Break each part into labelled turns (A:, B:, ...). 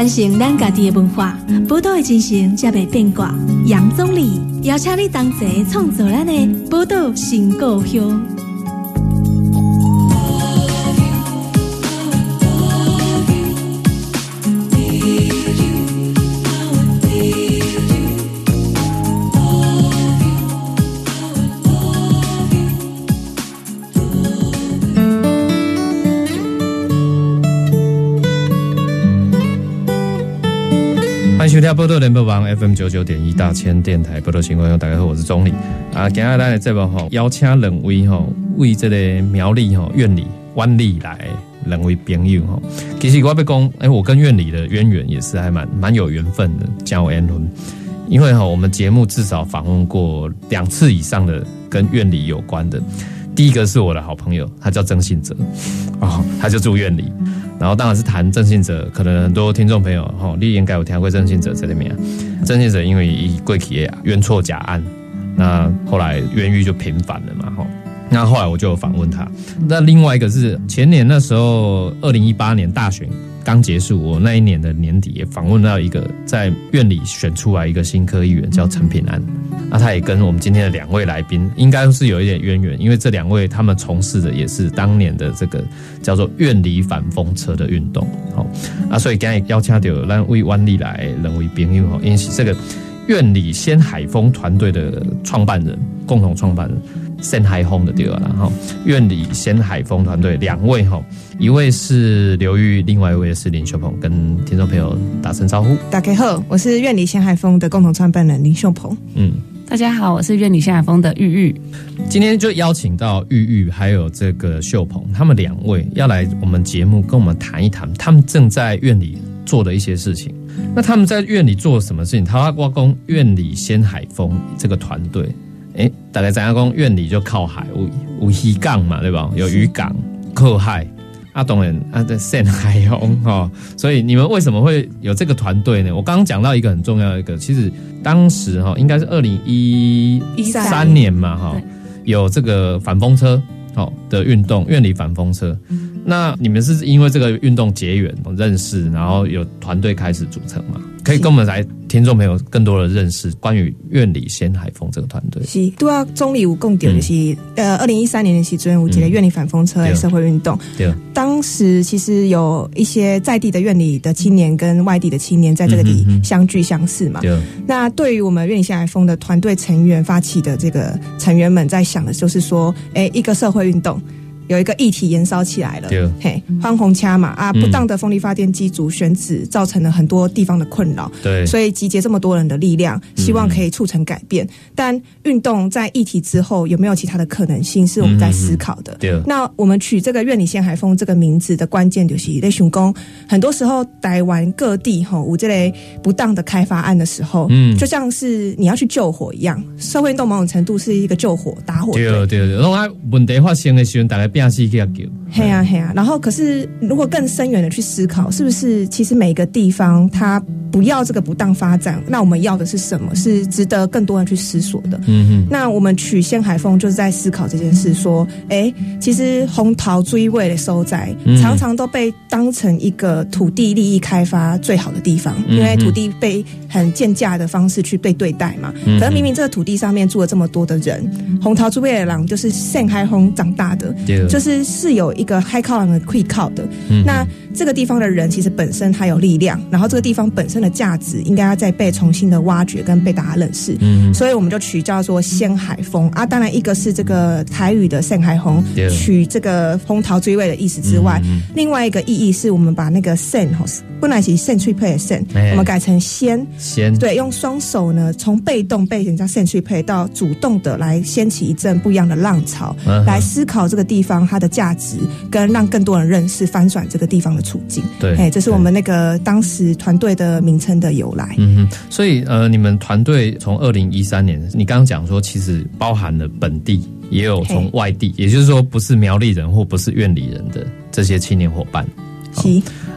A: 传承咱家己的文化，宝岛的精神才袂变卦。杨总理邀请你同齐创造咱的宝岛新故乡。
B: 欢迎收听报道联播网 FM99.1 大千电台报道新闻。大家好，我是钟理啊。今日咱的节目邀请两位为这个苗栗苑里湾里来两位朋友其实我要讲，我跟苑里的渊源也是还蛮有缘分的，真有缘分。因为我们节目至少访问过2次以上的跟苑里有关的。第一个是我的好朋友，他叫曾信哲他就住苑里。然后当然是谈郑信哲，可能很多听众朋友你应该有听过郑信哲这里面。郑信哲因为以过去的冤错假案，那后来冤狱就平反了嘛那后来我就有访问他。那另外一个是前年那时候2018年大选刚结束，我那一年的年底也访问到一个在院里选出来一个新科议员叫陈品安。那他也跟我们今天的2位来宾应该是有一点渊源，因为这2位他们从事的也是当年的这个叫做院里反风车的运动所以今天邀请到咱为湾里来2位朋友因为是这个院里先海风团队的创办人，共同创办人先海风的对了院里先海风团队2位一位是刘玉，另外一位是林秀鹏，跟听众朋友打声招呼。
C: 大家好，我是院里先海风的共同创办人林秀鹏。
D: 大家好，我是院里先海风的玉玉。
B: 今天就邀请到玉玉还有这个秀鹏，他们2位要来我们节目跟我们谈一谈他们正在院里做的一些事情。那他们在院里做什么事情？他挖工院里先海风这个团队大概知道说院里就靠海，有渔港嘛，对吧？有渔港靠海当然在先海风所以你们为什么会有这个团队呢？我刚刚讲到一个很重要的一个，其实当时应该是2013年嘛有这个反风车的运动，院里反风车。那你们是因为这个运动结缘认识，然后有团队开始组成嘛？可以跟我们来听众朋友更多的认识关于院里先海风这个团队。
C: 是对啊，中里有共点的是2013年的时阵有一个院里反风车的社会运动。对，当时其实有一些在地的院里的青年跟外地的青年在这个地相聚相识嘛。对，那对于我们院里先海风的团队成员发起的这个成员们在想的就是说一个社会运动有一个议题延烧起来了，翻红掐嘛不当的风力发电机组选址造成了很多地方的困扰，对，所以集结这么多人的力量，希望可以促成改变。但运动在议题之后有没有其他的可能性，是我们在思考的。那我们取这个院里先海风这个名字的关键就是在想说，很多时候台湾各地有这类不当的开发案的时候，就像是你要去救火一样，社会运动某种程度是一个救火打火队。
B: 对，然后问题发生的时候，大家变死去救。
C: 嘿啊。然后可是如果更深远的去思考，是不是其实每个地方它不要这个不当发展，那我们要的是什么？是值得更多人去思索的。那我们取先海风就是在思考这件事，说其实红桃追尾的收窄常常都被当成一个土地利益开发最好的地方，因为土地被很贱价的方式去被对待嘛。可是明明这个土地上面住了这么多的人，红桃追尾的人就是先海风长大的，就是有一个海靠人的会靠的。那这个地方的人其实本身它有力量，然后这个地方本身的价值应该要再被重新的挖掘跟被大家认识。所以我们就取叫做先海风当然一个是这个台语的先海风，取这个红桃追尾的意思之外，另外一个意义是我们把那个sen本来是sen脆配的sen，我们改成先，对，用双手呢从被动被人家sen脆配到主动的来掀起一阵不一样的浪潮，来思考这个地方它的价值，跟让更多人认识翻转这个地方的处境。对，这是我们那个当时团队的名称的由来。
B: 所以你们团队从2013年，你刚刚讲说其实包含了本地也有从外地，也就是说不是苗栗人或不是院里人的这些青年伙伴。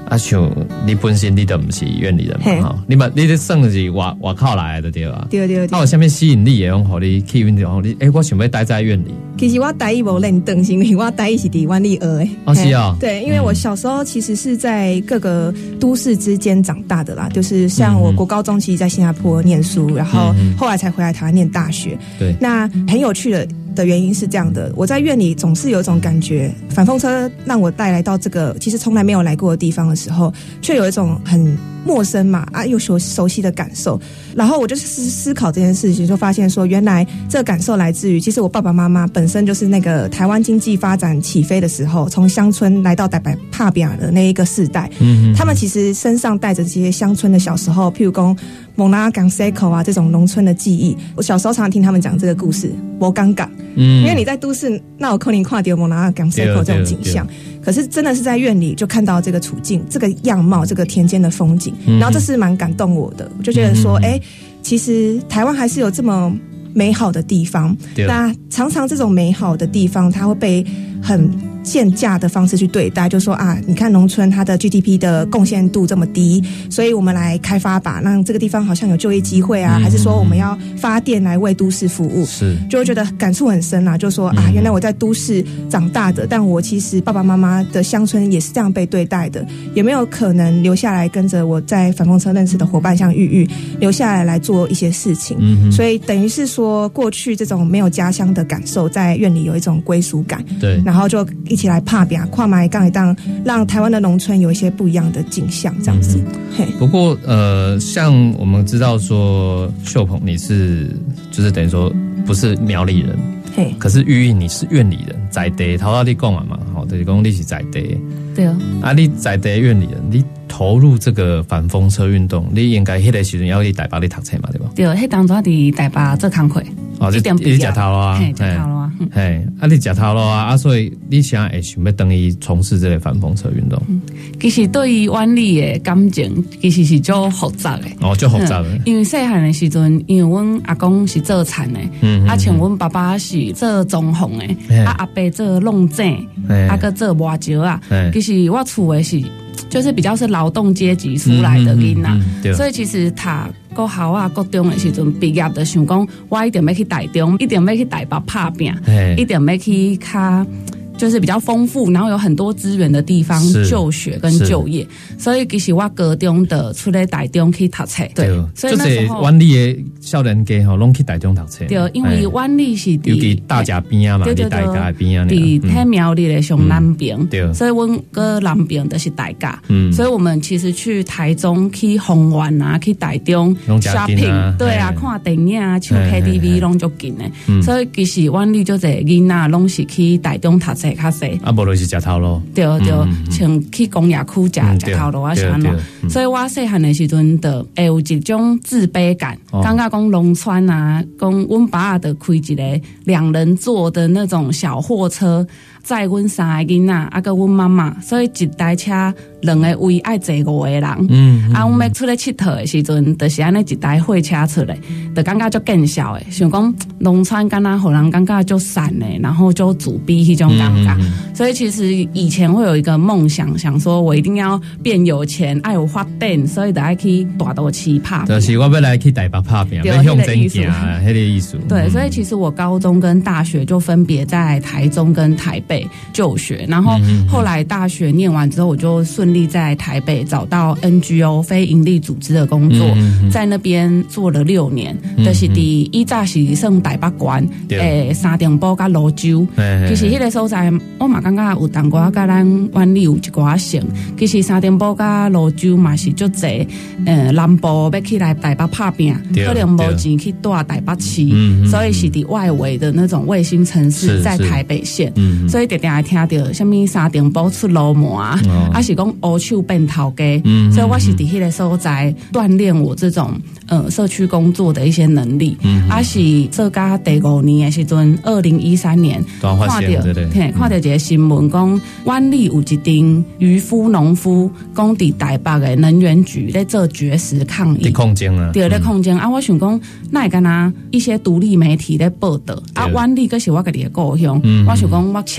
B: 啊，像你本身你都不是院里人嘛，哈，你的算是外靠来的对吧？
C: 对。
B: 那有什么吸引力也用好你去运动？我想要待在院里。
C: 其实我台语无认同，是因为我台语是伫湾里学的。
B: 哦，是啊。
C: 对，因为我小时候其实是在各个都市之间长大的啦，就是像我国高中其实在新加坡念书，然后后来才回来台湾念大学。
B: 对，
C: 那很有趣的原因是这样的，我在院里总是有一种感觉，反风车让我带来到这个其实从来没有来过的地方的时候，却有一种很陌生嘛又熟悉的感受。然后我就思考这件事情，就发现说，原来这个感受来自于，其实我爸爸妈妈本身就是那个台湾经济发展起飞的时候，从乡村来到台北打拼的那一个世代，他们其实身上带着这些乡村的小时候，譬如说蒙拉港 Seco 啊这种农村的记忆。我小时候常常听他们讲这个故事，我尴尬，因为你在都市那有可能看到蒙拉港 Seco 这种景象，可是真的是在院里就看到这个处境、这个样貌、这个田间的风景，然后这是蛮感动我的。我就觉得说，其实台湾还是有这么美好的地方，那常常这种美好的地方，它会被很限价的方式去对待，就说你看农村它的 GDP 的贡献度这么低，所以我们来开发吧，让这个地方好像有就业机会啊，还是说我们要发电来为都市服务，是就会觉得感触很深啊，就说原来我在都市长大的，但我其实爸爸妈妈的乡村也是这样被对待的，有没有可能留下来跟着我在反风车认识的伙伴像玉玉留下来做一些事情，所以等于是说过去这种没有家乡的感受，在院里有一种归属感，对，然后就一起来打拼跨埋杠一档，让台湾的农村有一些不一样的景象，这样子。
B: 不过像我们知道说秀鹏你是就是等于说不是苗栗人，可是玉玉你是院里人，在地头你讲嘛，就是讲你是在地，对啊，你在地院里人，你投入这个反风车运动，你应该迄个时阵要去台北你读册嘛，对吧？对，
D: 迄当初伫台北做工课。
B: 你吃头路啊，
D: 吃头路啊，
B: 你吃頭路啊，所以你现在会想要等于从事这个反风车运动？
D: 其实对于湾里的感情，其实是就复杂的。
B: 就复杂的。
D: 因为细汉的时阵，因为阮阿公是做田的，像阮爸爸是做装潢的，阿伯做弄井，个做抹石啊。其实我厝的是就是比较是劳动阶级出来的囡仔，所以其实他。高校啊，高中的时阵毕业就想讲，我一定要去台中，一定要去台北打拼，一定要去较就是比较丰富，然后有很多资源的地方就学跟就业。所以其实我高中的出来台中去读册，对，所以那时候
B: 湾里的少年家吼，拢去台中读册。
D: 对，因为湾里是
B: 尤其大甲边啊嘛，伫大甲边啊，
D: 伫苗栗的上南边，所以阮个南边的是大甲，所以我们其实去台中、去丰原啊、去台中 shopping， 对啊，看电影啊、唱 KTV 拢就近的。所以其实湾里就侪囡仔拢是去台中读册。
B: 无就是食头路，
D: 对，像去工业区食头路啊啥喏，所以我细汉的时阵的会有一种自卑感，感觉讲农村啊，讲阮爸的开一个2人座的那种小货车，载阮3个囡仔，个阮妈妈，所以一台车2个位爱坐5个人，阮要出来佚佗的时阵，就是安尼一台货车出来，就感觉就更小诶，想讲农村敢若互人感觉就散诶，然后就自闭迄种感觉。所以其实以前会有一个梦想，想说我一定要变有钱，爱有发展，所以就爱去大刀市拍拼。
B: 就是我要来去台北拍拼，要向前行，迄个意思。
D: 对，所以其实我高中跟大学就分别在台中跟台北就学，然后后来大学念完之后，我就顺利在台北找到 NGO 非营利组织的工作，在那边做了6年，就是以早是算台北县三重埔甲蘆洲，其实迄个所在我嘛感觉有淡薄甲咱湾里有一寡像，其实三重埔甲蘆洲嘛是足济南部要起来台北打拼，可能无钱去住台北市，所以是伫外围的那种卫星城市在台北县，所以常常听到什么三重埔出老魔啊，是讲乌手变头家，所以我是伫迄个所在锻炼我这种社区工作的一些能力，是做到第5年的时阵，2013年看到一个新闻，讲湾里有一群渔夫农夫，讲伫台北的能源局在做绝食抗议，
B: 控争啊，
D: 对，在控争我想讲，那会敢若一些独立媒体在报道，湾里可是我家己的故乡，我想讲我请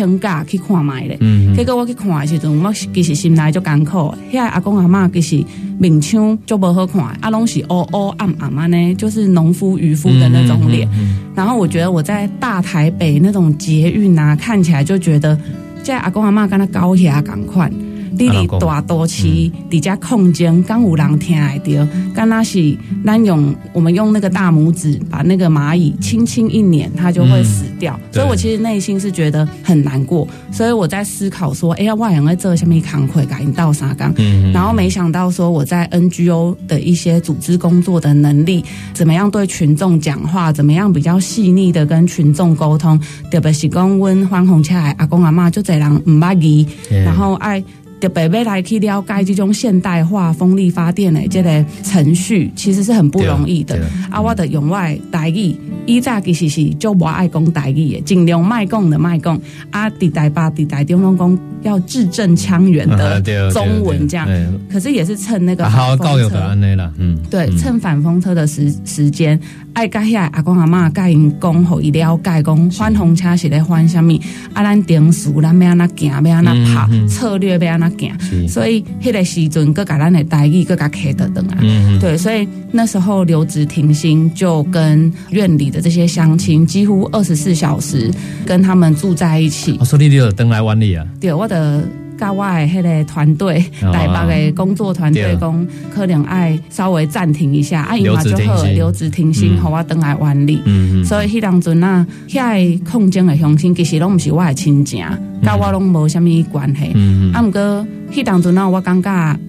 D: 登假去看卖咧。结果我去看的时阵，我其实心内就艰苦。遐阿公阿嬷其实面相就无好看，拢是乌乌暗暗安呢，就是农夫渔夫的那种脸。然后我觉得我在大台北那种捷运啊，看起来就觉得，这阿公阿嬷跟他高遐同款。你伫大都市伫遮空间，刚有人听会到，敢若是我们用那个大拇指把那个蚂蚁轻轻一捻，它就会死掉。所以我其实内心是觉得很难过，所以我在思考说，我想要做什么工作，甲因斗相共。然后没想到说我在 NGO 的一些组织工作的能力，怎么样对群众讲话，怎么样比较细腻的跟群众沟通，特别是讲阮反红车的阿公阿嬷，就侪人唔捌字，然后爱。特别要来去了解这种现代化风力发电的这个程序，其实是很不容易的。我的用我的台语，以前其实是就无爱讲台语的，尽量卖讲的卖讲。伫台北、伫台中拢讲要字正腔圆的中文这样。可是也是趁那个
B: 好教育的安尼啦，
D: 对，趁反风车的时间，爱甲遐阿公阿嬷甲因讲，互伊了解讲反风车是咧反什么，咱定数咱要安怎行，要安怎拍，策略要安怎。所以那个时阵各把咱的台语各甲开得等啊，对，所以那时候留职停薪，就跟院里的这些乡亲几乎24小时跟他们住在一起。
B: 所以你就回来湾里啊？
D: 对，我的。甲我的迄个团队，台北的工作团队讲，可能爱稍微暂停一下，因嘛就好留职停薪，互我回来湾里。所以迄当阵啊，遐个空间的乡亲其实拢毋是我的亲情，甲我拢无啥物关系。毋过迄当阵啊，我感觉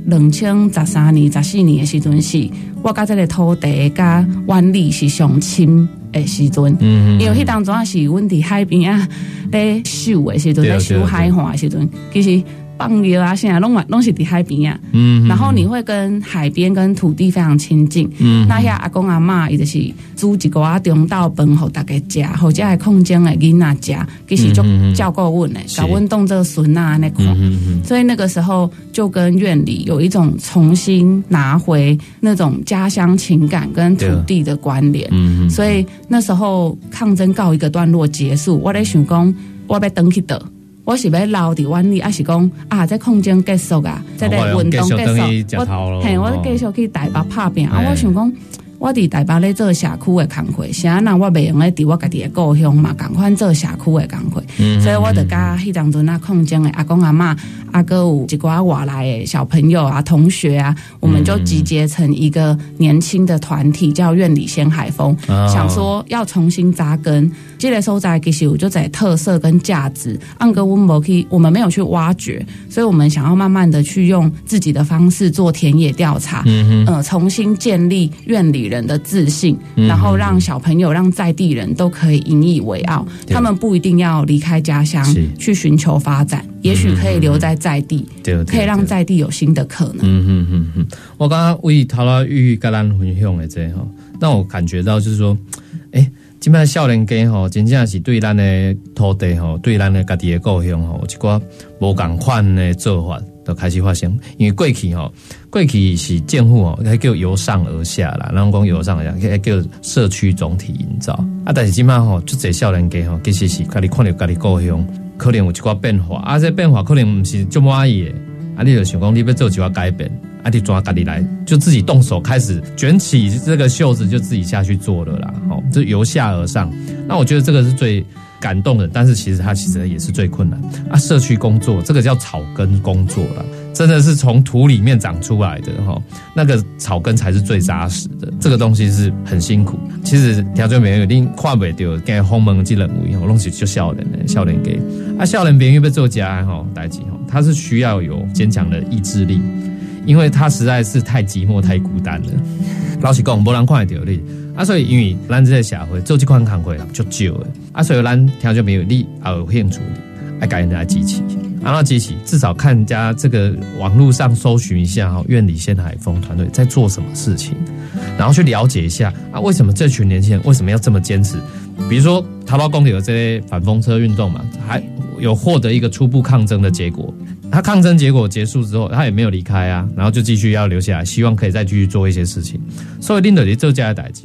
D: 2013年、14年的时阵是，我甲这个土地甲湾里是上亲的时阵。因为迄当阵啊是阮伫海边啊咧收的时阵，咧收海岸的时阵，其实。放鱼啊，现在拢是伫海边啊，然后你会跟海边跟土地非常亲近。那遐阿公阿嬷伊就是煮一个中昼饭互大家食，或者系空间的囡仔食，其实就照顾阮的，甲阮当做孙啊那款。所以那个时候就跟院里有一种重新拿回那种家乡情感跟土地的关联。所以那时候抗争告一个段落结束，我在想讲，我要回去倒。我是要留伫湾里，还是讲在空间结束啊？在运动结束，我继续去台北拍拼。我想讲，我伫台北咧做社区的工作，啥那我袂用咧伫我家己的故乡嘛，赶快做社区的工作。所以我就甲迄当阵空间的阿公阿嬷，还有一寡外来的小朋友啊、同学啊，我们就集结成一个年轻的团体，叫院里先海风，想说要重新扎根。这个所在其实有就在特色跟价值，我们没有去挖掘，所以我们想要慢慢的去用自己的方式做田野调查，重新建立院里人的自信，然后让小朋友、让在地人都可以引以为傲。他们不一定要离开家乡去寻求发展，也许可以留在地，可以让在地有新的可能。
B: 我刚刚为头啦玉跟咱分享的这吼，让我感觉到就是说，现在少年家吼，真正是对咱的土地吼，对咱的家己的故乡吼，一寡无共款的做法都开始发生。因为过去是政府吼，还叫由上而下啦，然后讲由上而下，还叫社区总体营造。但是现在吼，就这少年家吼，其实是家己看到家己故乡，可能有一寡变化，这变化可能不是这么满意的。你就想讲，你要做一寡改变，你抓家己来，就自己动手开始卷起这个袖子，就自己下去做了啦。就由下而上。那我觉得这个是最感动的，但是其实也是最困难社区工作这个叫草根工作啦，真的是从土里面长出来的那个草根才是最扎实的。这个东西是很辛苦。其实听众朋友你看不到，跟访问这人位拢是就少年的少年家少年朋友要做家代志他是需要有坚强的意志力，因为他实在是太寂寞太孤单了。老实讲，没人看得到你所以因为咱这个社会做这款工作人就少的所以咱听众朋友你也有兴趣爱给人家支持，支持至少看人家这个网络上搜寻一下院里先海风团队在做什么事情，然后去了解一下为什么这群年轻人为什么要这么坚持。比如说桃花公里的这些反风车运动嘛，还有获得一个初步抗争的结果。他抗争结果结束之后，他也没有离开然后就继续要留下来，希望可以再继续做一些事情。所以恁就是做这些代志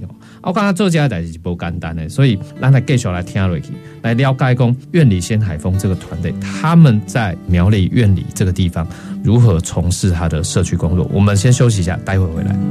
B: 我刚刚做这件代志是不简单的，所以咱来继续来听下去，来了解讲苑里先海丰这个团队他们在苗栗苑里这个地方如何从事他的社区工作。我们先休息一下，待会回来。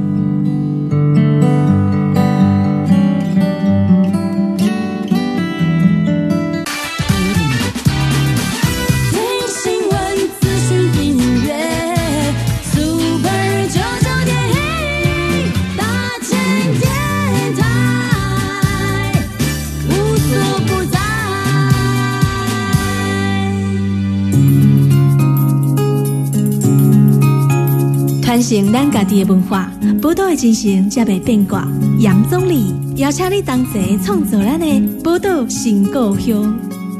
A: 传承咱家己的文化，宝岛的精神才袂变卦。杨总理邀请你同齐创造咱的宝岛新故乡。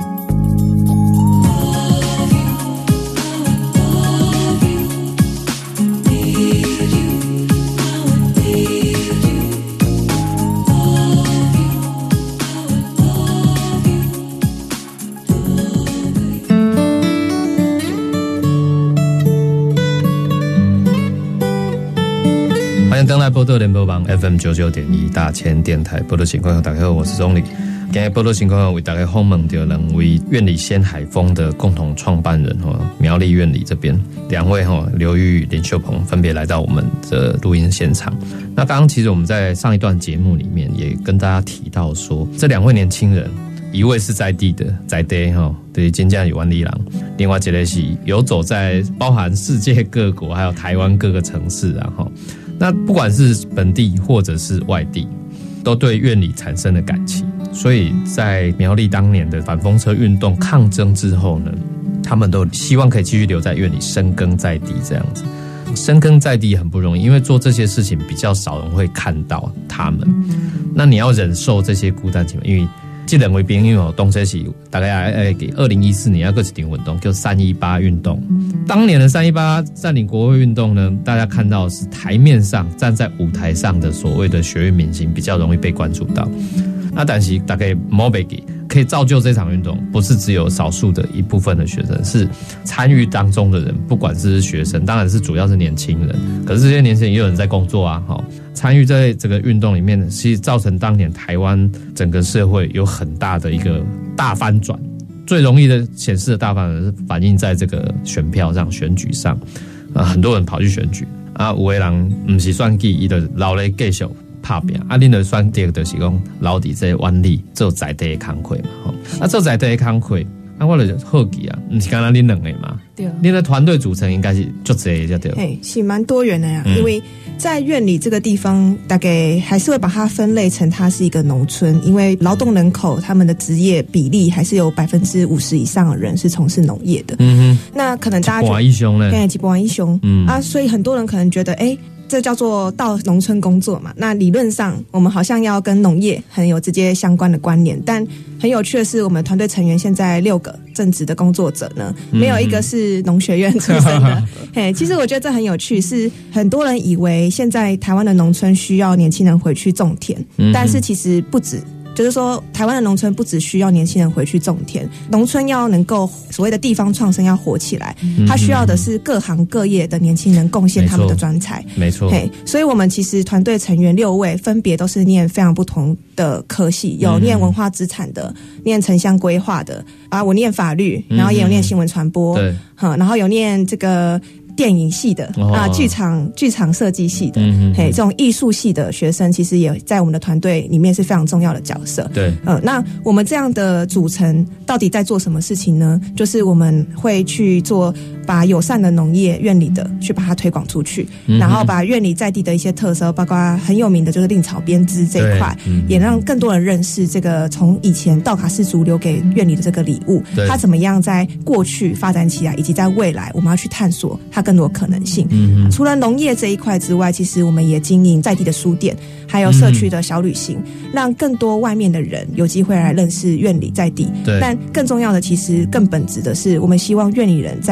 B: 欢迎登来报道联播网 FM99.1 大千电台报道情况。大家好，我是钟礼。今天报道情况为大家访问到两位苑里先海丰的共同创办人苗栗苑里这边两位刘玉宇、林秀鹏分别来到我们的录音现场。那刚刚其实我们在上一段节目里面也跟大家提到说，这两位年轻人，一位是在地的在地对金家有湾里郎，另外一个是游走在包含世界各国还有台湾各个城市那不管是本地或者是外地，都对苑里产生了感情，所以在苗栗当年的反风车运动抗争之后呢，他们都希望可以继续留在苑里深耕在地这样子。深耕在地很不容易，因为做这些事情比较少人会看到他们。那你要忍受这些孤单情况，因为这两位朋友当时是大概2014年还有一场运动叫318运动。当年的318占领国会运动呢，大家看到的是台面上站在舞台上的所谓的学运明星比较容易被关注到。那但是大概没被给可以造就这场运动，不是只有少数的一部分的学生，是参与当中的人，不管是学生，当然是主要是年轻人，可是这些年轻人也有人在工作啊，参与在这个运动里面，其实造成当年台湾整个社会有很大的一个大翻转。最容易的显示的大翻转是反映在这个选票上、选举上，很多人跑去选举啊，有的人不是选举，他就留咧继续打拼啊，恁就选择就是讲留伫这湾里做在地的工课嘛，做在地的工课，我就好奇啊，不是刚刚恁两个嘛？对，恁的团队组成应该是足侪的对，
C: 是蛮多元的呀，因为在苑里这个地方，大概还是会把它分类成它是一个农村，因为劳动人口他们的职业比例还是有50%以上的人是从事农业的。那可能大家
B: 一兄呢，
C: 对，几波一兄所以很多人可能觉得，这叫做到农村工作嘛。那理论上我们好像要跟农业很有直接相关的关联，但很有趣的是，我们团队成员现在6个正职的工作者呢，没有一个是农学院出身的。其实我觉得这很有趣，是很多人以为现在台湾的农村需要年轻人回去种田，但是其实不止。就是说，台湾的农村不只需要年轻人回去种田，农村要能够所谓的地方创生要活起来，它需要的是各行各业的年轻人贡献他们的专才。
B: 没错，
C: 所以我们其实团队成员6位分别都是念非常不同的科系，有念文化资产的，念城乡规划的我念法律，然后也有念新闻传播，然后有念这个电影系的剧场设计系的，这种艺术系的学生，其实也在我们的团队里面是非常重要的角色。
B: 对，
C: 那我们这样的组成到底在做什么事情呢？就是我们会去把友善的农业苑里的去把它推广出去，然后把苑里在地的一些特色，包括很有名的就是蔺草编织这一块，也让更多人认识这个从以前道卡氏族留给苑里的这个礼物，它怎么样在过去发展起来，以及在未来我们要去探索它更多可能性。除了农业这一块之外，其实我们也经营在地的书店，还有社区的小旅行，让更多外面的人有机会来认识苑里在地。但更重要的，其实更本质的是，我们希望苑里人在透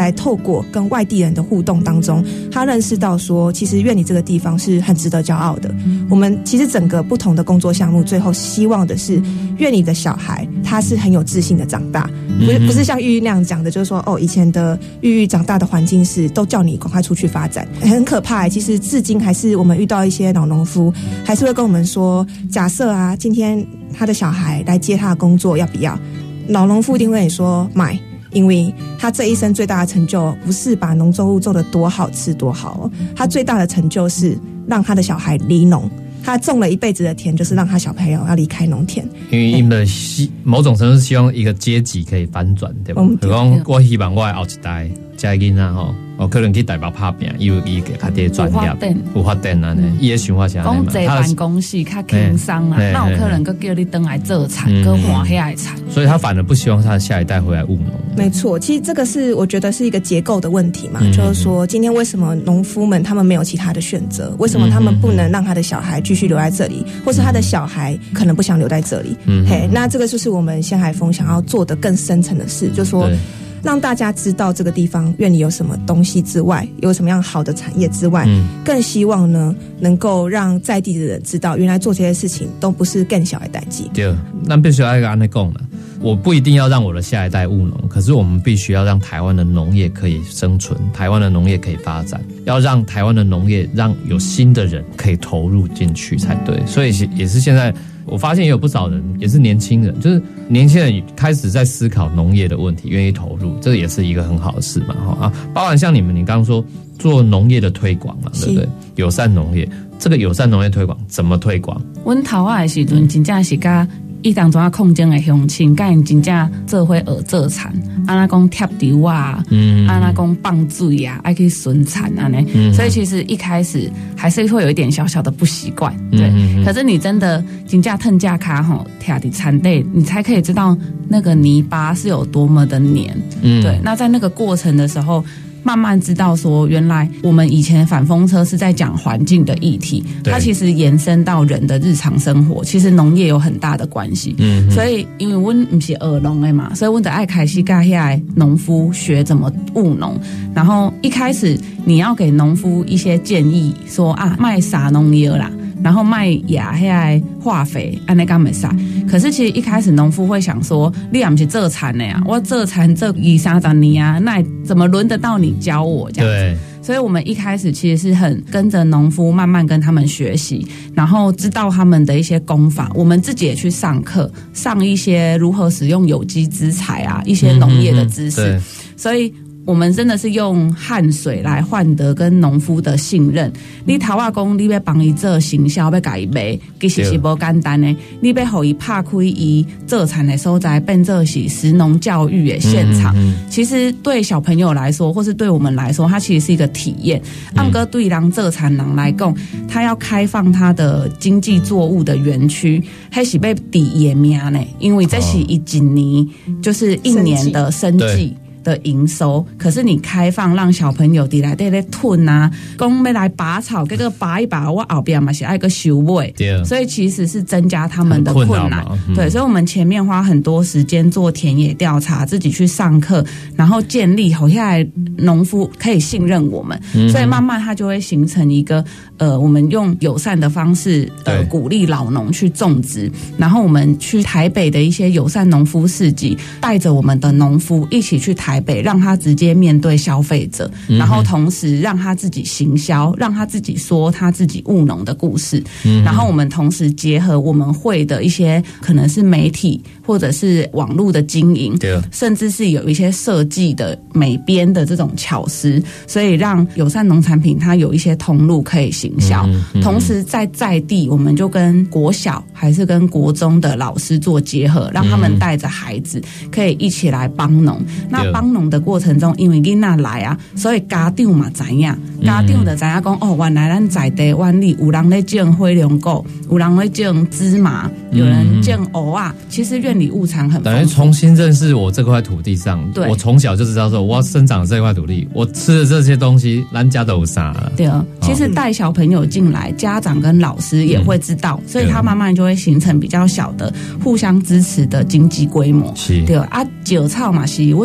C: 过跟外地人的互动当中，他认识到说其实苑里这个地方是很值得骄傲的。我们其实整个不同的工作项目最后希望的是苑里的小孩他是很有自信的长大，不是像玉玉那样讲的就是说以前的玉玉长大的环境是都叫你赶快出去发展，很可怕。其实至今还是我们遇到一些老农夫还是会跟我们说，假设啊今天他的小孩来接他的工作要不要，老农夫一定会说买，因为他这一生最大的成就不是把农作物做得多好吃多好，他最大的成就是让他的小孩离农，他种了一辈子的田就是让他小朋友要离开农田，
B: 因为他们某种程度是希望一个阶级可以翻转，对吧？比如说我希望我的后一代这个囡仔可能去台北打拼，伊给他爹专业有发展啊，伊的想法是安尼嘛。
D: 讲坐办公室较轻松啊，那有可能佫叫你回来做产，佫换遐个产。
B: 所以他反而不希望他的下一代回来务农。
C: 没错，其实这个是我觉得是一个结构的问题嘛，就是说今天为什么农夫们他们没有其他的选择？为什么他们不能让他的小孩继续留在这里，或是他的小孩可能不想留在这里？那这个就是我们先海丰想要做的更深层的事，就是说让大家知道这个地方苑里有什么东西之外，有什么样好的产业之外，更希望呢能够让在地的人知道，原来做这些事情都不是更小的代志。
B: 对，那必须要按呢讲了，我不一定要让我的下一代务农，可是我们必须要让台湾的农业可以生存，台湾的农业可以发展，要让台湾的农业让有新的人可以投入进去才对。所以也是现在我发现也有不少人也是年轻人，就是年轻人开始在思考农业的问题，愿意投入，这也是一个很好的事嘛。包含像你刚刚说做农业的推广嘛，对不对？友善农业，这个友善农业推广怎么推广？
D: 阮头仔的时阵真正是甲伊当中控制的乡亲，甲因真正做伙学做田，安那讲贴稻啊，安那讲放水啊，爱去巡田啊呢。所以其实一开始还是会有一点小小的不习惯，对。可是你真的真正腾架卡吼贴在田地，你才可以知道那个泥巴是有多么的黏，对。那在那个过程的时候，慢慢知道说，原来我们以前反风车是在讲环境的议题，它其实延伸到人的日常生活，其实农业有很大的关系。所以因为我们不是学农的嘛，所以我们得爱开始跟那些农夫学怎么务农。然后一开始你要给农夫一些建议，说卖撒农药啦，然后卖亚遐化肥，安尼干没晒。可是其实一开始农夫会想说，你也不是做田的呀，我做田做20-30年啊，那怎么轮得到你教我这样子？对。所以我们一开始其实是很跟着农夫慢慢跟他们学习，然后知道他们的一些功法，我们自己也去上课，上一些如何使用有机资材啊，一些农业的知识。所以我们真的是用汗水来换得跟农夫的信任。你头仔讲你要帮伊做行销，要甲伊卖，其实是不简单的。你要互伊拍开伊做田的所在，变做是食农教育的现场。其实对小朋友来说，或是对我们来说，它其实是一个体验。不过对人做田人来讲，他要开放他的经济作物的园区，还是要抵伊的命呢？因为这是一年，就是一年的生计的营收，可是你开放让小朋友伫内底咧吞啊，讲要来拔草，这个拔一拔，我后边嘛是爱个收尾，所以其实是增加他们的困难。对，所以我们前面花很多时间做田野调查，自己去上课，然后建立好下来农夫可以信任我们，所以慢慢它就会形成一个我们用友善的方式鼓励老农去种植，然后我们去台北的一些友善农夫市集，带着我们的农夫一起去台北，让他直接面对消费者，然后同时让他自己行销，让他自己说他自己务农的故事，然后我们同时结合我们会的一些可能是媒体或者是网络的经营，甚至是有一些设计的美编的这种巧思，所以让友善农产品它有一些通路可以行销，同时在地我们就跟国小还是跟国中的老师做结合，让他们带着孩子可以一起来帮农。那帮农的过程中，因为囡仔来啊，所以家长嘛知影，家长就知影讲原来咱在地湾里有人在种火龙果，有人在种芝麻，有人种藕啊，其实苑里物产很丰富，
B: 等于重新认识我这块土地上，我从小就知道说我要生长这块土地，我吃的这些东西咱家都有啥了。对，
D: 其实带小朋友进来，家长跟老师也会知道，所以他慢慢就会形成比较小的互相支持的经济规模。对啊，韭草嘛是阮头仔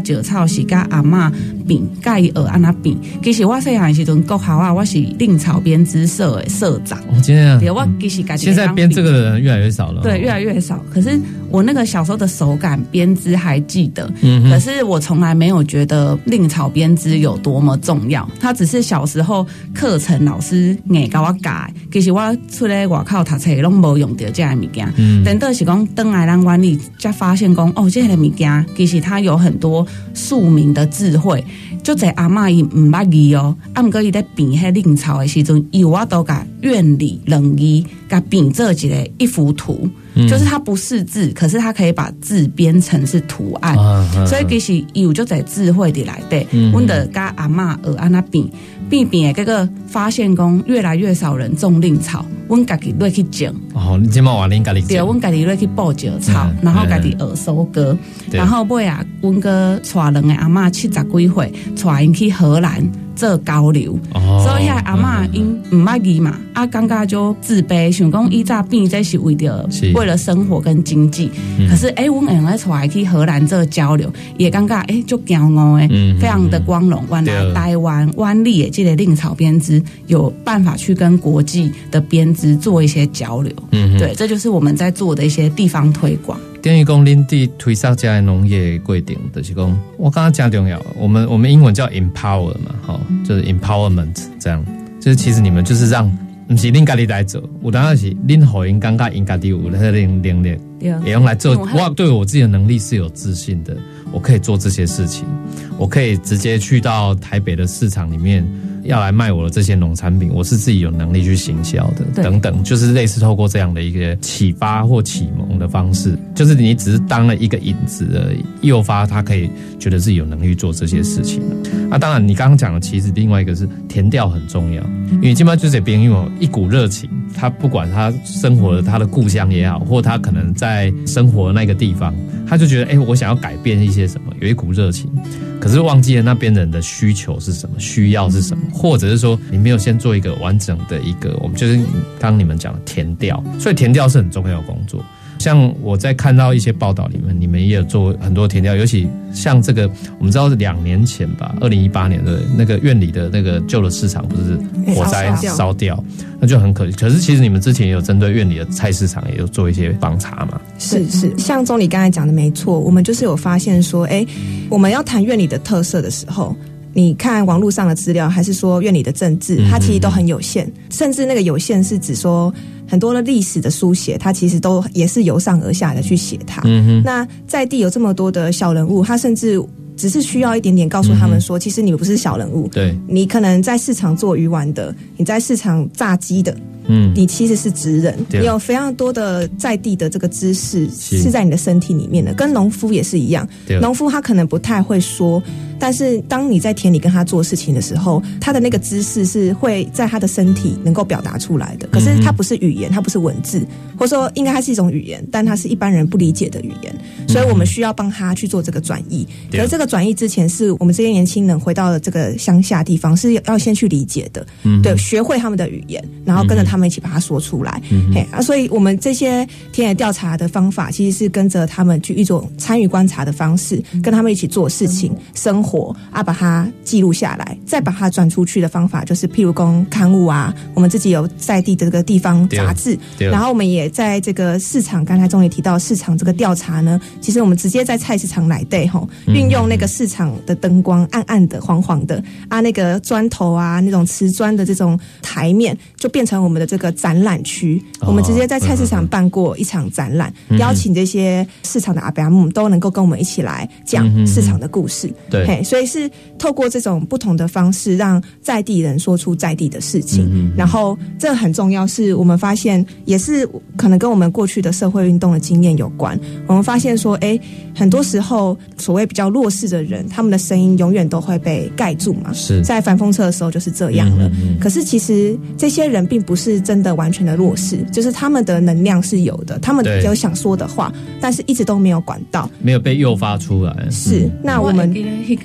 D: 石草是甲阿嬷变，甲伊学安那变。其实我细汉的时阵，国校啊，我是令草编织社的社长。
B: 今天啊，
D: 对，我其实
B: 现在编这个的人越来越少了。
D: 对，越来越少。可是我那个小时候的手感编织还记得，可是我从来没有觉得令草编织有多么重要。它只是小时候课程老师硬教我教，其实我出来外口读册拢无用到这个物件。等到是讲登来咱湾里，才发现讲哦，这个物件其实它有很多庶民的智慧。就在阿嬷伊唔捌字哦，啊毋过伊在编迄令草的时阵，有我都甲院里两字甲编做一幅图。就是它不是字，可是它可以把字编成是图案，所以其实有就在智慧的来的。阮的甲阿嬷学安那编的，这个发现讲越来越少人种令草，阮家己落去种。
B: 哦，你今嘛话恁家己种？
D: 对，阮家己落去布石草，然后家己学收割，然后尾啊，阮个带两个阿嬷70几岁，带因去荷兰做交流，所以遐阿嬷因唔捌字嘛，感觉就自卑，想讲以早变这是为了生活跟经济，可是阮会用来带去荷兰做交流，也感觉就骄傲的，非常的光荣。原来台湾湾里的这个令草编织有办法去跟国际的编织做一些交流，对，这就是我们在做的一些地方推广。
B: 等于讲恁伫推销这个农业的过程，就是讲我刚刚讲重要，我们英文叫 empower 嘛，就是 empowerment 这样，就是其实你们就是让不是恁家己来做，有当然是恁互因感觉因家己有那个能力，也用来做。我对我自己的能力是有自信的，我可以做这些事情，我可以直接去到台北的市场里面要来卖我的这些农产品，我是自己有能力去行销的，等等，就是类似透过这样的一个启发或启蒙的方式，就是你只是当了一个引子而已，诱发他可以觉得自己有能力做这些事情。当然你刚刚讲的其实另外一个是田调很重要，因为基本上就是别人有一股热情，他不管他生活的他的故乡也好，或他可能在生活的那个地方，他就觉得我想要改变一些什么，有一股热情，可是忘记了那边人的需求是什么，需要是什么，或者是说你没有先做一个完整的一个，我们就是刚刚你们讲的田调，所以田调是很重要的工作。像我在看到一些报道里面，你们也有做很多田调，尤其像这个，我们知道是2年前吧，2018年的那个院里的那个旧的市场不是火灾烧掉，那就很可惜。可是其实你们之前也有针对院里的菜市场也有做一些访查嘛？
C: 是，像钟理刚才讲的没错，我们就是有发现说，我们要谈院里的特色的时候，你看网络上的资料，还是说院里的政治，它其实都很有限，甚至那个有限是指说很多的历史的书写，它其实都也是由上而下的去写它。那在地有这么多的小人物，他甚至只是需要一点点告诉他们说，其实你们不是小人物，对，你可能在市场做鱼丸的，你在市场炸鸡的，你其实是职人，你有非常多的在地的这个知识是在你的身体里面的，跟农夫也是一样。农夫他可能不太会说，但是当你在田里跟他做事情的时候，他的那个知识是会在他的身体能够表达出来的。可是它不是语言，它不是文字，或者说应该它是一种语言，但它是一般人不理解的语言，所以我们需要帮他去做这个转译。可是这个转译之前，是我们这些年轻人回到了这个乡下地方，是要先去理解的，对，学会他们的语言，然后跟着他们一起把它说出来。所以我们这些田野调查的方法，其实是跟着他们去一种参与观察的方式，跟他们一起做事情、生活把它记录下来，再把它转出去的方法，就是譬如说刊物啊，我们自己有在地的这个地方杂志，然后我们也在这个市场，刚才钟也提到市场这个调查呢，其实我们直接在菜市场来对运用那个市场的灯光，暗暗的、黄黄的那个砖头啊，那种瓷砖的这种台面，就变成我们的这个展览区。我们直接在菜市场办过一场展览，邀请这些市场的阿伯阿姆都能够跟我们一起来讲市场的故事。对，所以是透过这种不同的方式，让在地人说出在地的事情。然后这很重要，是我们发现也是可能跟我们过去的社会运动的经验有关。我们发现说，很多时候所谓比较弱势的人，他们的声音永远都会被盖住嘛。是在反风车的时候就是这样了。可是其实这些人并不是真的完全的弱势，就是他们的能量是有的，他们有想说的话，但是一直都没有管道，
B: 没有被诱发出来。
C: 是，那我们
D: 迄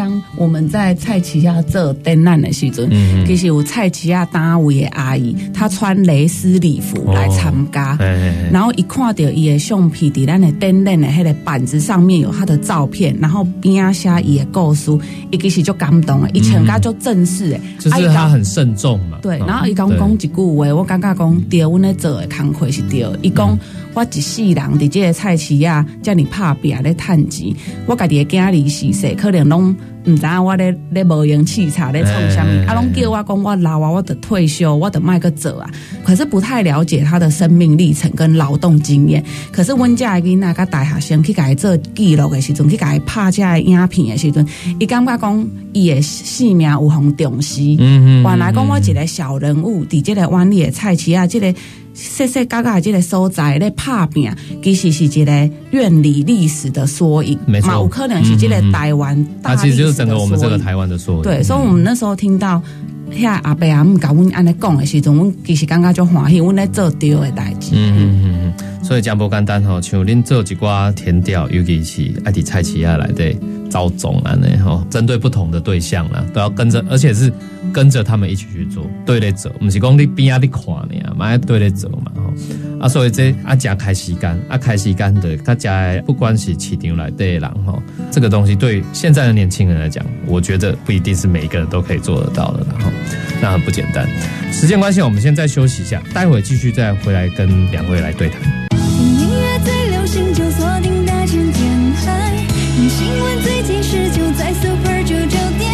D: 当我们在菜市仔做展览的时阵，其实有菜市仔单位的阿姨，她穿蕾丝礼服来参加，然后一看到伊的相片伫咱的展览的迄个板子上面有她的照片，然后边仔写伊的故事，伊其实就感动了，伊穿甲就正式的，
B: 就是他很慎重嘛。
D: 对，然后伊讲一句话，我感觉讲对，阮咧做的工课是对。伊讲我一世人伫这个菜市仔遮尔拍拼咧趁钱，我家己的囝儿逝世，可能拢唔知我咧无用器材咧创啥物，拢叫我讲我老啊，我得退休，我得卖个做啊。可是不太了解他的生命历程跟劳动经验。可是阮家的囡仔甲大学生去甲伊做记录的时阵，去甲伊拍这个影片的时阵，伊感觉讲伊的性命有互重视。原来讲我一个小人物伫这个湾里的菜市啊，这个细细角角的这个所在咧拍拼，其实是一个院里历史的缩影，
B: 没错，
D: 有可能是这个台湾大历史的缩影。
B: 其实就是整个我们这个台湾的缩影。
D: 对，所以我们那时候听到遐阿伯阿姆甲阮安尼讲的时阵，阮其实感觉就欢喜，阮咧做对的代志。
B: 所以真不简单吼，像恁做一寡田调，尤其是爱伫菜市仔内底招种安尼吼，针对不同的对象啦，都要跟着，而且是跟着他们一起去做，对咧做，不是讲你边仔你看呢，嘛要对咧做嘛吼。啊，所以这真开时间，开时间的，大家不管是市场内底的人吼，这个东西对现在的年轻人来讲，我觉得不一定是每一个人都可以做得到的啦吼，那很不简单。时间关系，我们现在休息一下，待会继续再回来跟两位来对谈。
E: 音乐最流行就锁定大千电台，新闻最及时就在 Super 99.1，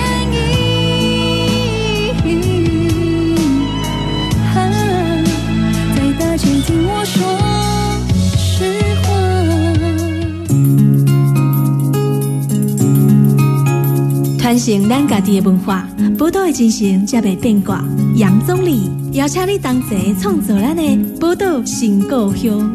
E: 在大千听我说实
A: 话。传承咱家己的文化，宝岛的精神才袂变卦。杨总理邀请你同齐创造咱的宝岛新故乡。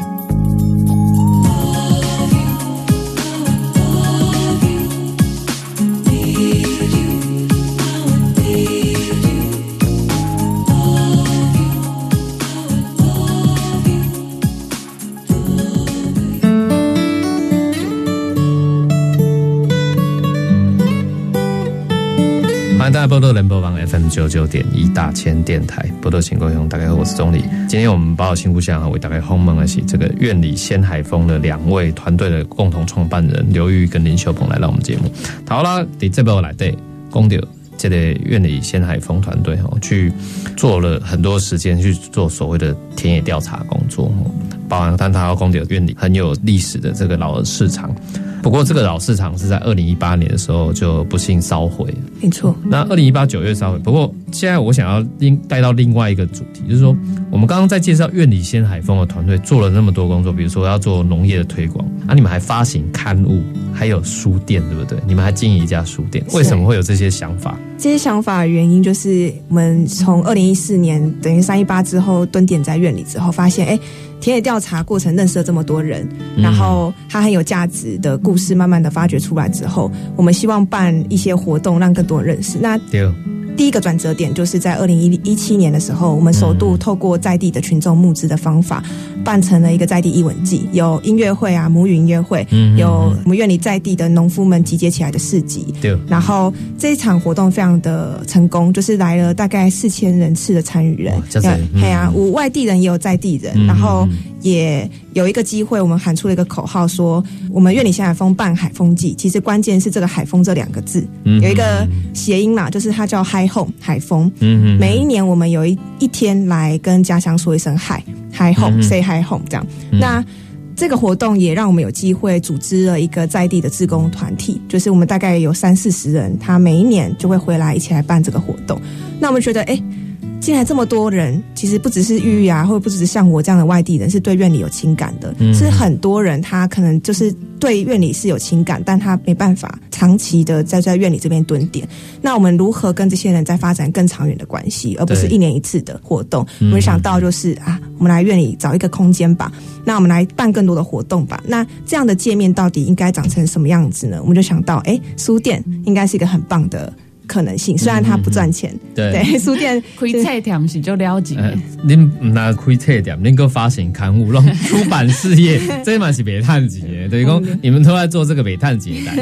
B: 欢迎大家波多联播网 FM 99.1大千电台波多新故乡，大家好，我是钟理。今天我们宝岛新故乡为大家访问的是这个院里先海丰的两位团队的共同创办人刘玉跟林秀鹏来到我们节目。好啦，在这部来对讲到这个院里先海丰团队去做了很多时间去做所谓的田野调查工作，包含他要讲到院里很有历史的这个老的市场。不过这个老市场是在2018年的时候就不幸烧毁了，
C: 没错。
B: 那2018 9月烧毁。不过现在我想要带到另外一个主题，就是说我们刚刚在介绍院里先海丰的团队做了那么多工作，比如说要做农业的推广啊，你们还发行刊物，还有书店，对不对？你们还经营一家书店，为什么会有这些想法？
C: 这些想法的原因就是我们从2014年等于318之后蹲点在院里之后，发现田野调查过程认识了这么多人，然后它很有价值的故事慢慢的发掘出来之后，我们希望办一些活动让更多人认识。那第一个转折点就是在2017年的时候，我们首度透过在地的群众募资的方法，办成了一个在地艺文季，有音乐会啊，母语音乐会，有我们院里在地的农夫们集结起来的市集。然后这一场活动非常的成功，就是来了大概4000人次的参与人，有外地人也有在地人，然后也有一个机会，我们喊出了一个口号，说我们院里先海丰办海丰季，其实关键是这个海丰这2个字，有一个谐音嘛，就是它叫嗨home 海丰。每一年我们有一天来跟家乡说一声嗨 home say hi home 这样。那这个活动也让我们有机会组织了一个在地的志工团体，就是我们大概有30-40人，他每一年就会回来一起来办这个活动。那我们觉得进来这么多人，其实不只是玉玉啊，或者不只是像我这样的外地人是对院里有情感的，是很多人他可能就是对院里是有情感，但他没办法长期的在院里这边蹲点。那我们如何跟这些人再发展更长远的关系，而不是1年1次的活动？我们想到就是我们来院里找一个空间吧，那我们来办更多的活动吧。那这样的界面到底应该长成什么样子呢？我们就想到书店应该是一个很棒的可能性，虽然它不赚钱，对书店
D: 开册店是就了解。
B: 您不拿开册店，您个发行刊物，出版事业，这嘛是袂趁钱的，等于讲你们都在做这个袂趁钱的代志。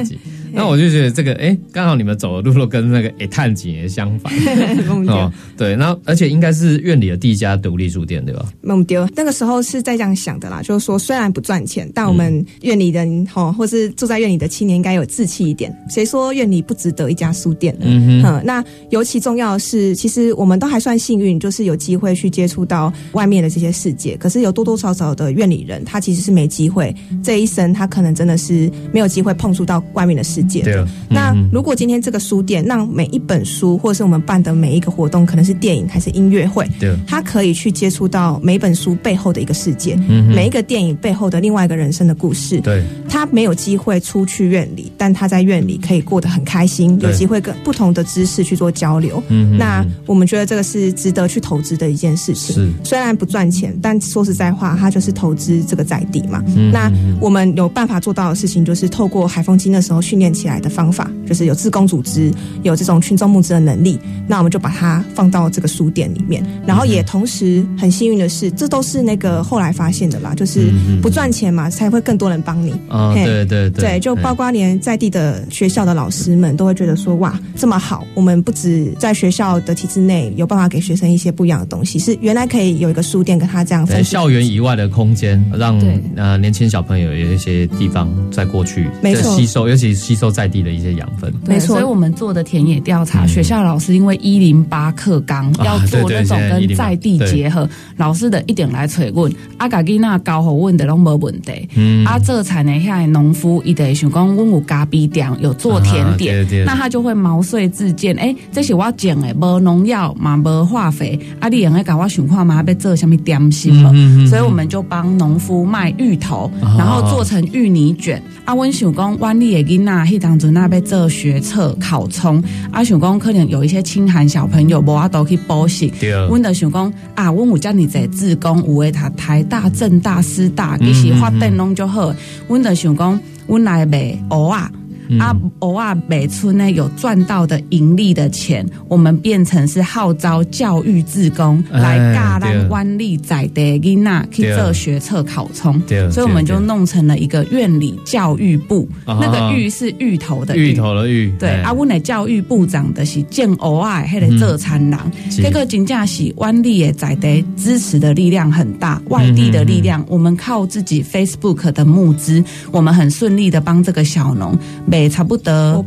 B: 那我就觉得这个，刚好你们走的路都跟那个探景也相反哦。对，那而且应该是院里的第一家独立书店，对吧？
C: 对，那个时候是在这样想的啦，就是说虽然不赚钱，但我们院里人或是住在院里的青年应该有志气一点。谁说院里不值得一家书店呢？那尤其重要的是，其实我们都还算幸运，就是有机会去接触到外面的这些世界。可是有多多少少的院里人，他其实是没机会，这一生他可能真的是没有机会碰触到外面的世界的。那如果今天这个书店让每一本书，或是我们办的每一个活动，可能是电影还是音乐会，他可以去接触到每一本书背后的一个世界，每一个电影背后的另外一个人生的故事。对，他没有机会出去院里，但他在院里可以过得很开心，有机会跟不同的知识去做交流。那我们觉得这个是值得去投资的一件事情。虽然不赚钱，但说实在话，它就是投资这个在地嘛。那我们有办法做到的事情，就是透过海丰基那时候训练起来的方法，就是有志工组织，有这种群众募资的能力，那我们就把它放到这个书店里面。然后也同时很幸运的是，这都是那个后来发现的啦，就是不赚钱嘛，才会更多人帮你。对，就包括连在地的学校的老师们都会觉得说，哇，这么好，我们不止在学校的体制内有办法给学生一些不一样的东西，是原来可以有一个书店跟他这样分
B: 校园以外的空间，让年轻小朋友有一些地方再过去吸收，尤其吸收在地的一些养分。
D: 没错，所以我们做的田野调查，学校老师因为108课纲要做那种跟在地结合，老师的一点来找阮，家己那教好阮的拢无问题。做菜呢，遐农夫伊得想讲，阮有咖啡店，有做甜点，那他就会毛遂自荐，这是我种的，无农药嘛，无化肥，你用来甲我想看嘛，要做什么点心嘛？所以我们就帮农夫卖芋头，然后做成芋泥卷。阮想讲，阮里的囡仔迄当阵要做学测考冲，想讲可能有一些清寒小朋友无法度去补习，阮就想讲阮有遮尔济志工，有的读台大、政大、师大，其实发展拢就好。阮就想讲，阮来卖蚵仔。蚵仔卖出呢有赚到的盈利的钱，我们变成是号召教育志工来教咱湾里在地囡仔去做学测考冲，所以我们就弄成了一个院里教育部，那个芋是芋头的芋，对，阮的教育部长的是种蚵仔迄个做餐人，这个真正是湾里的在地支持的力量很大，外地的力量，我们靠自己 Facebook 的募资，我们很顺利的帮这个小农差不多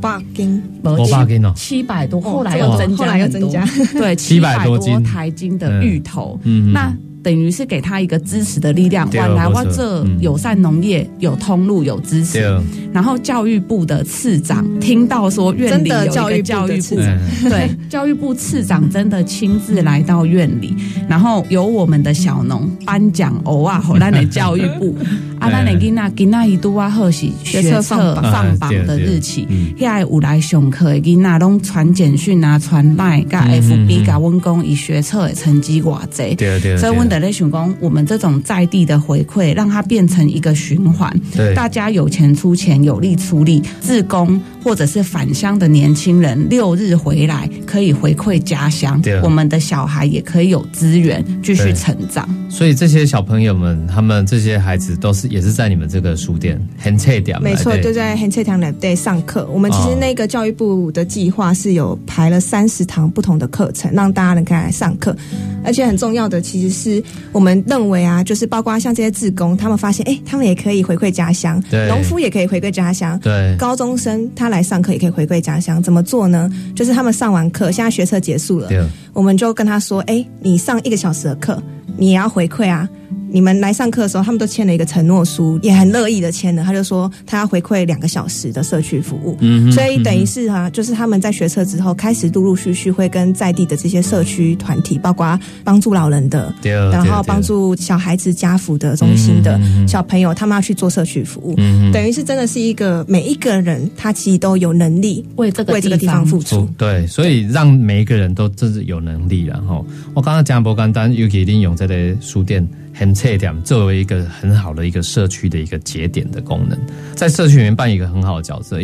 B: 500斤
D: 700多，后来又增加，对，700多台斤的芋头，那等于是给他一个支持的力量。原来我这友善农业有通路有支持，然后教育部的次长听到说院里有一个教育部，对，教育部次长真的亲自来到院里，然后由我们的小农颁奖蚵仔给咱的教育部。咱的囡仔今仔伊拄啊好是学测放榜的日期，遐有来上课的囡仔拢传简讯啊、传 LINE 甲 FB 甲阮讲伊学测的成绩偌济，所以阮在咧想讲，我们这种在地的回馈，让它变成一个循环，大家有钱出钱，有力出力，志工或者是返乡的年轻人6日回来可以回馈家乡，我们的小孩也可以有资源继续成长。
B: 所以这些小朋友们，他们这些孩子也是在你们这个书店很册店，
C: 没错，就在很册店内上课。我们其实那个教育部的计划是有排了30堂不同的课程，让大家能可以来上课。而且很重要的，其实是我们认为就是包括像这些志工，他们发现他们也可以回馈家乡，农夫也可以回馈家乡，对，高中生他来上课也可以回馈家乡。怎么做呢？就是他们上完课，现在学测结束了，我们就跟他说，你上1个小时的课，你也要回馈啊。你们来上课的时候，他们都签了一个承诺书，也很乐意的签了。他就说他要回馈2个小时的社区服务，所以等于是就是他们在学测之后，开始陆陆续续会跟在地的这些社区团体，包括帮助老人的，然后帮助小孩子家福的中心的小朋友，他们要去做社区服务，等于是真的是一个每一个人他其实都有能力为这个地方付出，
B: 对，所以让每一个人都真是有能力啦。我刚刚讲不简单，尤其利用这个书店很册店作为一个很好的一个社区的一个节点的功能，在社区里面扮演一个很好的角色。因为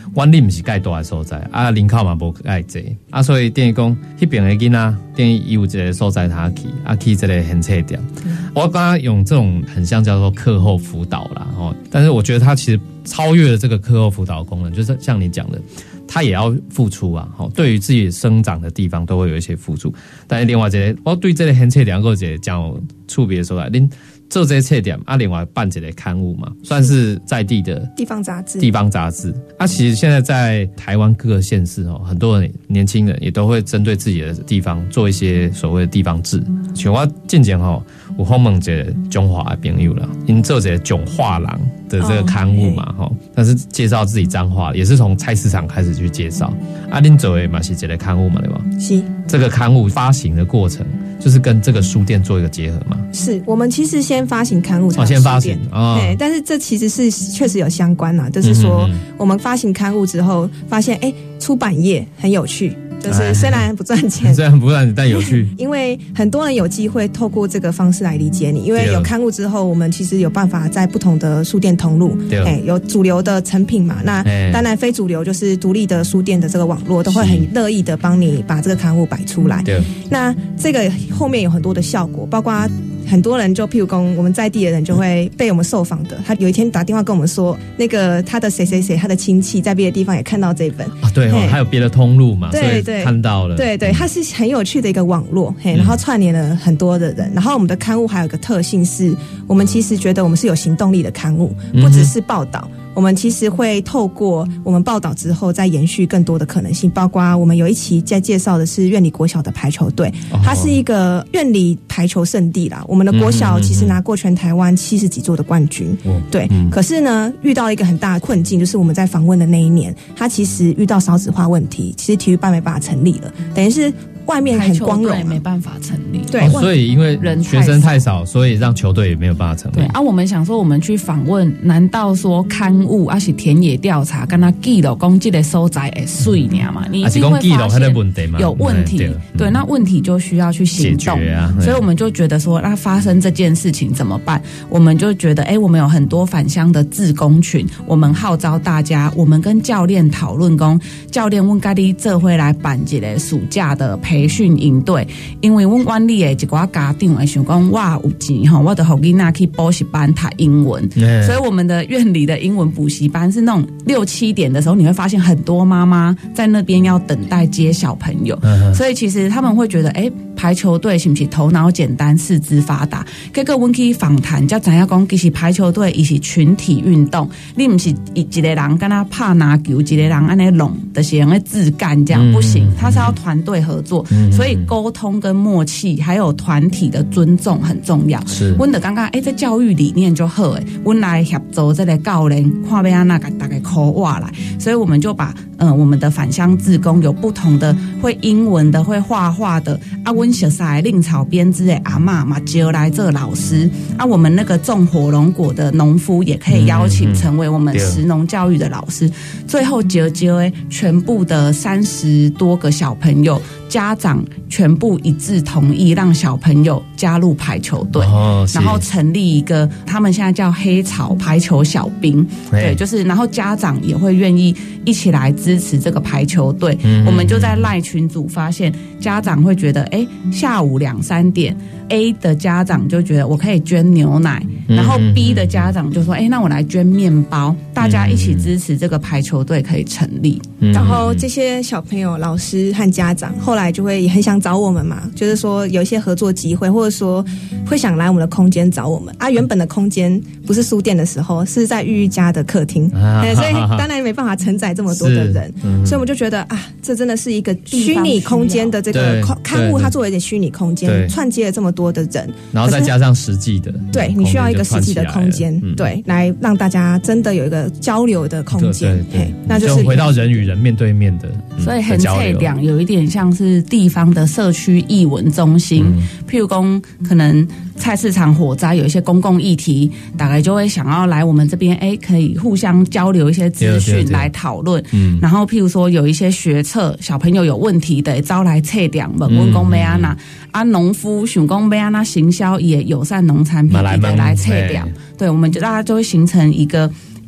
B: 湾里不是介大的所在啊，人口嘛无介济啊，所以等于讲那边的囡仔等于有一个所在他去啊，去这个很测点。我刚刚用这种很像叫做课后辅导啦但是我觉得它其实超越了这个课后辅导功能，就是像你讲的。他也要付出啊，对于自己生长的地方都会有一些付出。但是另外一个，我对这个很测点个一个讲触别说来，恁做这些测点啊，另外办一个刊物嘛，算是在地的
C: 地方杂志。
B: 啊，其实现在在台湾各个县市很多人年轻人也都会针对自己的地方做一些所谓的地方志。像我之前有访问一个中华的朋友啦，因做一个囧画廊的这个刊物嘛但是介绍自己彰化，也是从菜市场开始去介绍。啊，恁做的嘛是一个刊物嘛，对吧？是。这个刊物发行的过程，就是跟这个书店做一个结合嘛。
C: 是我们其实先发行刊物才
B: 先发行
C: 对，但是这其实是确实有相关啦，就是说我们发行刊物之后，发现出版业很有趣。就是虽然不赚钱，
B: 但有趣。
C: 因为很多人有机会透过这个方式来理解你，因为有刊物之后，我们其实有办法在不同的书店通路，有主流的成品嘛，那当然非主流就是独立的书店的这个网络都会很乐意的帮你把这个刊物摆出来。那这个后面有很多的效果，包括很多人就譬如说我们在地的人就会被我们受访的，他有一天打电话跟我们说，那个他的谁谁谁他的亲戚在别的地方也看到这本
B: 啊，对还有别的通路嘛，
C: 对
B: 对，看到了，
C: 对对，它是很有趣的一个网络，然后串联了很多的人。然后我们的刊物还有一个特性是，我们其实觉得我们是有行动力的刊物，不只是报道。我们其实会透过我们报道之后再延续更多的可能性，包括我们有一期在介绍的是苑里国小的排球队，它是一个苑里排球圣地啦。我们的国小其实拿过全台湾70几座的冠军，对。可是呢，遇到一个很大的困境，就是我们在访问的那一年，它其实遇到少子化问题，其实体育班没办法成立了，等于是外面很光荣，
D: 没办法成立。
C: 对，
B: 所以因为学生太少，所以让球队也没有办法成立。
D: 对啊，我们想说，我们去访问，难道说刊物还是田野调查，跟他记录讲这个所在会水呢嘛？你一定会发现有问题。对，那问题就需要去行动。所以我们就觉得说，那发生这件事情怎么办？我们就觉得，我们有很多返乡的志工群，我们号召大家，我们跟教练讨论讲，教练问家己这回来办一个暑假的培训营队，因为阮湾里的一寡家长会想讲，哇有钱吼，我就给囡仔去补习班读英文，所以我们的院里的英文补习班是那种6、7点的时候，你会发现很多妈妈在那边要等待接小朋友，所以其实他们会觉得，排球队是不是头脑简单、四肢发达？结果阮去访谈，才知影讲，其实排球队伊是群体运动，你不是一个人跟他拍拿球，一个人安尼弄，就是用个自干这样不行，他是要团队合作，所以沟通跟默契，还有团体的尊重很重要。是，阮的刚刚这教育理念就好阮来协助这个教练，看要安那大概口话来，所以我们就把我们的返乡志工有不同的会英文的、会画画的啊，阮熟悉的令草编织的阿嬷嘛招来做老师啊，我们那个种火龙果的农夫也可以邀请成为我们食农教育的老师。最后招全部的30多个小朋友，家长全部一致同意让小朋友加入排球队，然后成立一个他们现在叫黑草排球小兵，对，就是然后家长也会愿意一起来支持这个排球队。我们就在赖群组发现，家长会觉得，下午2、3点 A 的家长就觉得我可以捐牛奶，然后 B 的家长就说，那我来捐面包，大家一起支持这个排球队可以成立。
C: 然后这些小朋友、老师和家长后来就会也很想找我们嘛，就是说有一些合作机会，或者说会想来我们的空间找我们啊。原本的空间不是书店的时候，是在玉玉家的客厅，所以当然没办法承载这么多的人，所以我们就觉得啊，这真的是一个虚拟空间的这个刊物，它作为一点虚拟空间，串接了这么多的人，
B: 然后再加上实际的，
C: 对，你需要一个实际的空间，对，来让大家真的有一个交流的空间，那就是
B: 回到人与人面对面的，
D: 所以很脆两有一点像是地方的社区艺文中心，譬如说可能菜市场火灾有一些公共议题，大概就会想要来我们这边，可以互相交流一些资讯来讨论。然后譬如说有一些学测小朋友有问题的，招来测量问问讲要安那啊，农夫想讲要安那行销也友善农产品的来测量，对，我们就大家就会形成一个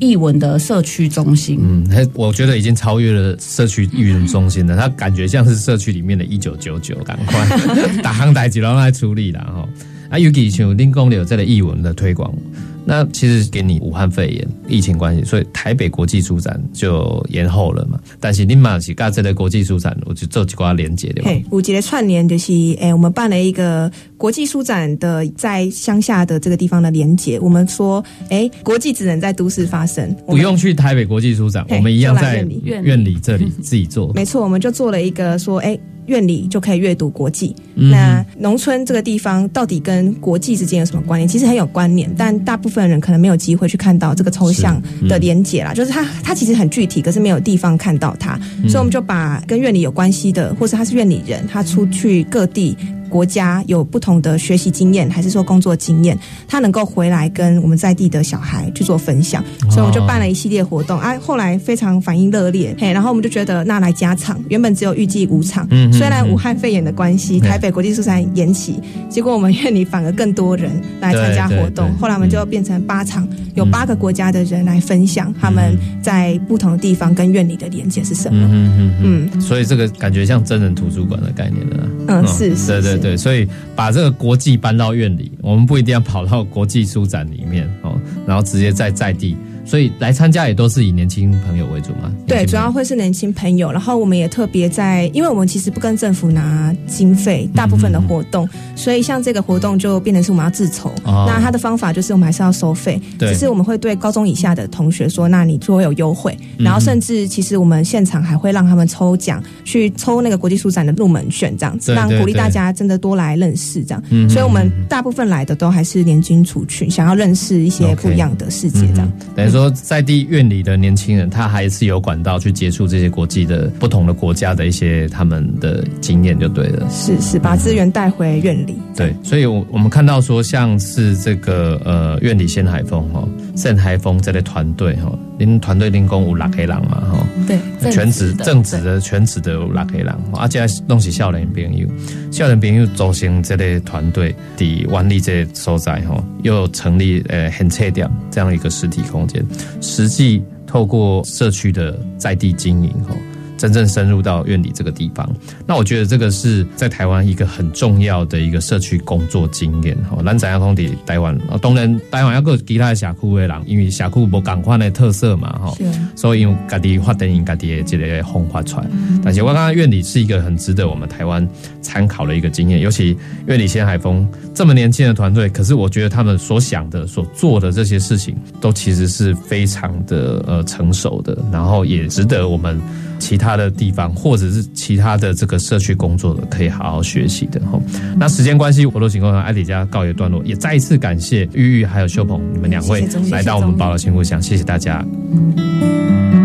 D: 艺文的社区中心。
B: 我觉得已经超越了社区艺文中心了，它感觉像是社区里面的1999，赶快大行代志拢来处理啦吼。尤其像恁讲有这个艺文的推广。那其实给你武汉肺炎疫情关系，所以台北国际书展就延后了嘛。但是你嘛是跟这个国际书展，我就做几个连结对吧？
C: 有一个串联就是我们办了一个国际书展的在乡下的这个地方的连结。我们说国际只能在都市发生，
B: 不用去台北国际书展，我们一样在院里这里自己做。
C: 没错，我们就做了一个说院里就可以阅读国际。那农村这个地方到底跟国际之间有什么关联？其实很有关联，但大部分人可能没有机会去看到这个抽象的连结啦。就是它其实很具体，可是没有地方看到它，所以我们就把跟院里有关系的，或是他是院里人，他出去各地国家有不同的学习经验，还是说工作经验，他能够回来跟我们在地的小孩去做分享。所以我们就办了一系列活动后来非常反应热烈。然后我们就觉得那来加场，原本只有预计5场，虽然武汉肺炎的关系，台北国际书展延期，结果我们院里反而更多人来参加活动。后来我们就变成8场，有8个国家的人来分享他们在不同的地方跟院里的连结是什么。
B: 所以这个感觉像真人图书馆的概念了。
C: 是，
B: 对，所以把这个国际搬到院里，我们不一定要跑到国际书展里面然后直接在地。所以来参加也都是以年轻朋友为主嘛？
C: 对，主要会是年轻朋友。然后我们也特别因为我们其实不跟政府拿经费，大部分的活动，所以像这个活动就变成是我们要自筹。那它的方法就是我们还是要收费，只是我们会对高中以下的同学说，那你就会有优惠。然后甚至其实我们现场还会让他们抽奖，去抽那个国际书展的入门券，这样子让鼓励大家真的多来认识这样。所以我们大部分来的都还是年轻族群，想要认识一些不一样的世界这样。
B: 等于说在地院里的年轻人，他还是有管道去接触这些国际的不同的国家的一些他们的经验就对了。
C: 是把资源带回院里。
B: 对，所以我们看到说像是这个院里先海峰盛海峰这类团队您团队另共有6个人嘛
C: 对，
B: 正职的有6个人这都是少年朋友组成这类团队在湾里这所在又成立很册店这样一个实体空间，实际透过社区的在地经营真正深入到院里这个地方。那我觉得这个是在台湾一个很重要的一个社区工作经验咱知影讲在台湾当然台湾还有其他的社区的人，因为社区没同款的特色嘛所以因为自己发展自己的这个方法出来。但是我刚刚院里是一个很值得我们台湾参考的一个经验，尤其院里先海峰这么年轻的团队，可是我觉得他们所想的所做的这些事情都其实是非常的成熟的，然后也值得我们其他的地方或者是其他的这个社区工作的可以好好学习的那时间关系，我都请艾迪家告一段落，也再一次感谢玉玉还有秀鹏你们2位来到我们宝岛新故乡，谢谢大家。